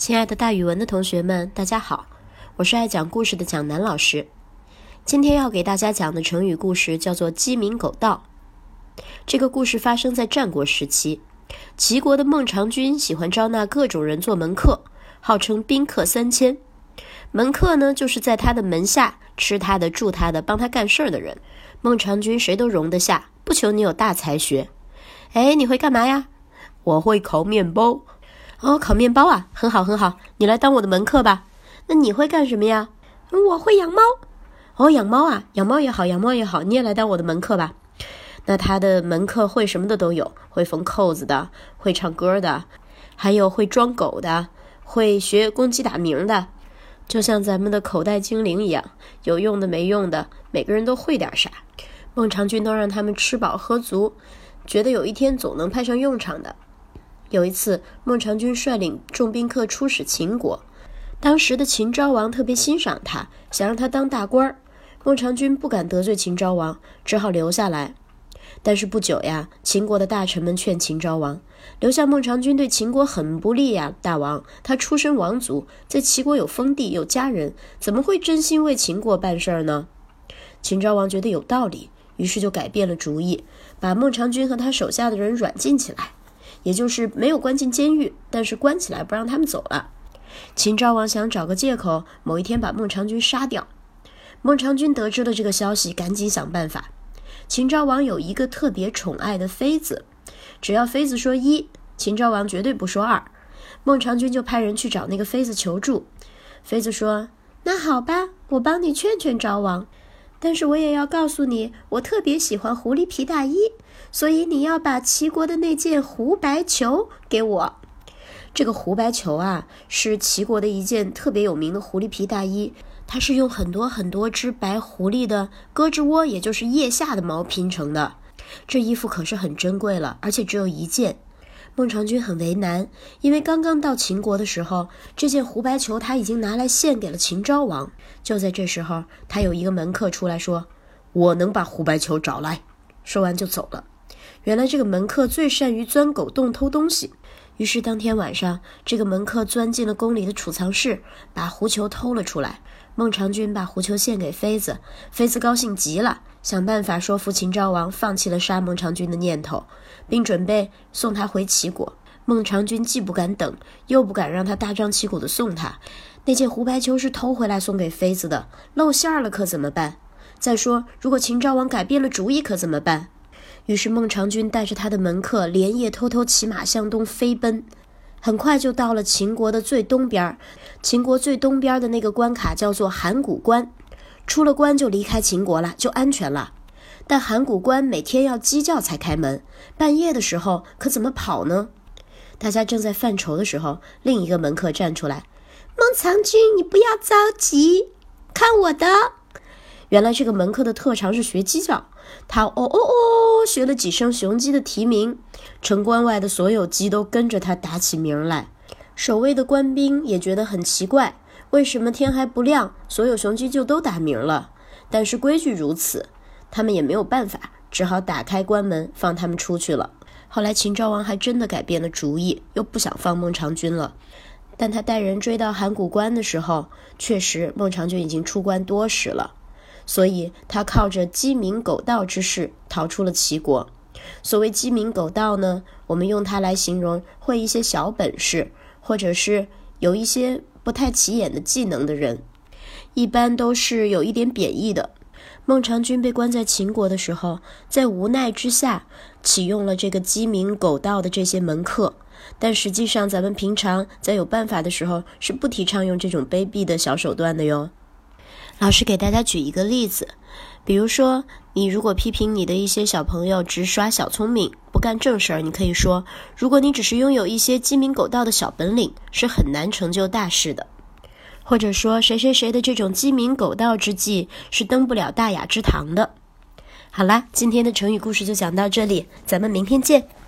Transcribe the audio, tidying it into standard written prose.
亲爱的大语文的同学们，大家好，我是爱讲故事的蒋楠老师。今天要给大家讲的成语故事叫做鸡鸣狗盗。这个故事发生在战国时期，齐国的孟尝君喜欢招纳各种人做门客，号称宾客3000。门客呢，就是在他的门下吃他的、住他的、帮他干事的人。孟尝君谁都容得下，不求你有大才学。你会干嘛呀？我会烤面包。烤面包啊，很好很好，你来当我的门客吧。那你会干什么呀？我会养猫。养猫啊，养猫也好，养猫也好，你也来当我的门客吧。那他的门客会什么的都有，会缝扣子的，会唱歌的，还有会装狗的，会学公鸡打鸣的，就像咱们的口袋精灵一样，有用的没用的，每个人都会点啥。孟尝君都让他们吃饱喝足，觉得有一天总能派上用场的。有一次，孟尝君率领众宾客出使秦国，当时的秦昭王特别欣赏他，想让他当大官。孟尝君不敢得罪秦昭王，只好留下来。但是不久呀，秦国的大臣们劝秦昭王，留下孟尝君对秦国很不利呀，大王，他出身王族，在齐国有封地有家人，怎么会真心为秦国办事呢？秦昭王觉得有道理，于是就改变了主意，把孟尝君和他手下的人软禁起来，也就是没有关进监狱，但是关起来不让他们走了。秦昭王想找个借口，某一天把孟尝君杀掉。孟尝君得知了这个消息，赶紧想办法。秦昭王有一个特别宠爱的妃子，只要妃子说1，秦昭王绝对不说2。孟尝君就派人去找那个妃子求助。妃子说，那好吧，我帮你劝劝昭王，但是我也要告诉你，我特别喜欢狐狸皮大衣，所以你要把齐国的那件狐白裘给我。这个狐白裘啊，是齐国的一件特别有名的狐狸皮大衣，它是用很多只白狐狸的胳肢窝，也就是腋下的毛拼成的。这衣服可是很珍贵了，而且只有一件。孟尝君很为难，因为刚刚到秦国的时候，这件狐白裘他已经拿来献给了秦昭王。就在这时候，他有一个门客出来说，我能把狐白裘找来。说完就走了。原来这个门客最善于钻狗洞偷东西，于是当天晚上，这个门客钻进了宫里的储藏室，把狐裘偷了出来。孟尝君把狐裘献给妃子，妃子高兴极了，想办法说服秦昭王放弃了杀孟尝君的念头，并准备送他回齐国。孟尝君既不敢等，又不敢让他大张旗鼓地送他。那件狐白裘是偷回来送给妃子的，露馅了可怎么办？再说，如果秦昭王改变了主意可怎么办？于是孟尝君带着他的门客连夜偷偷骑马向东飞奔，很快就到了秦国的最东边。秦国最东边的那个关卡叫做函谷关，出了关就离开秦国了，就安全了。但函谷关每天要鸡叫才开门，半夜的时候可怎么跑呢？大家正在犯愁的时候，另一个门客站出来，孟尝君，你不要着急，看我的。原来这个门客的特长是学鸡叫，他学了几声雄鸡的啼鸣，城关外的所有鸡都跟着他打起鸣来。守卫的官兵也觉得很奇怪，为什么天还不亮，所有雄鸡就都打鸣了？但是规矩如此，他们也没有办法，只好打开关门放他们出去了。后来秦昭王还真的改变了主意，又不想放孟尝君了。但他带人追到函谷关的时候，确实孟尝君已经出关多时了，所以他靠着鸡鸣狗盗之势逃出了齐国。所谓鸡鸣狗盗呢，我们用它来形容会一些小本事，或者是有一些不太起眼的技能的人，一般都是有一点贬义的。孟尝君被关在秦国的时候，在无奈之下启用了这个鸡鸣狗盗的这些门客，但实际上咱们平常在有办法的时候是不提倡用这种卑鄙的小手段的哟。老师给大家举一个例子，比如说你如果批评你的一些小朋友只耍小聪明不干正事儿，你可以说，如果你只是拥有一些鸡鸣狗盗的小本领，是很难成就大事的。或者说谁谁谁的这种鸡鸣狗盗之计是登不了大雅之堂的。好啦，今天的成语故事就讲到这里，咱们明天见。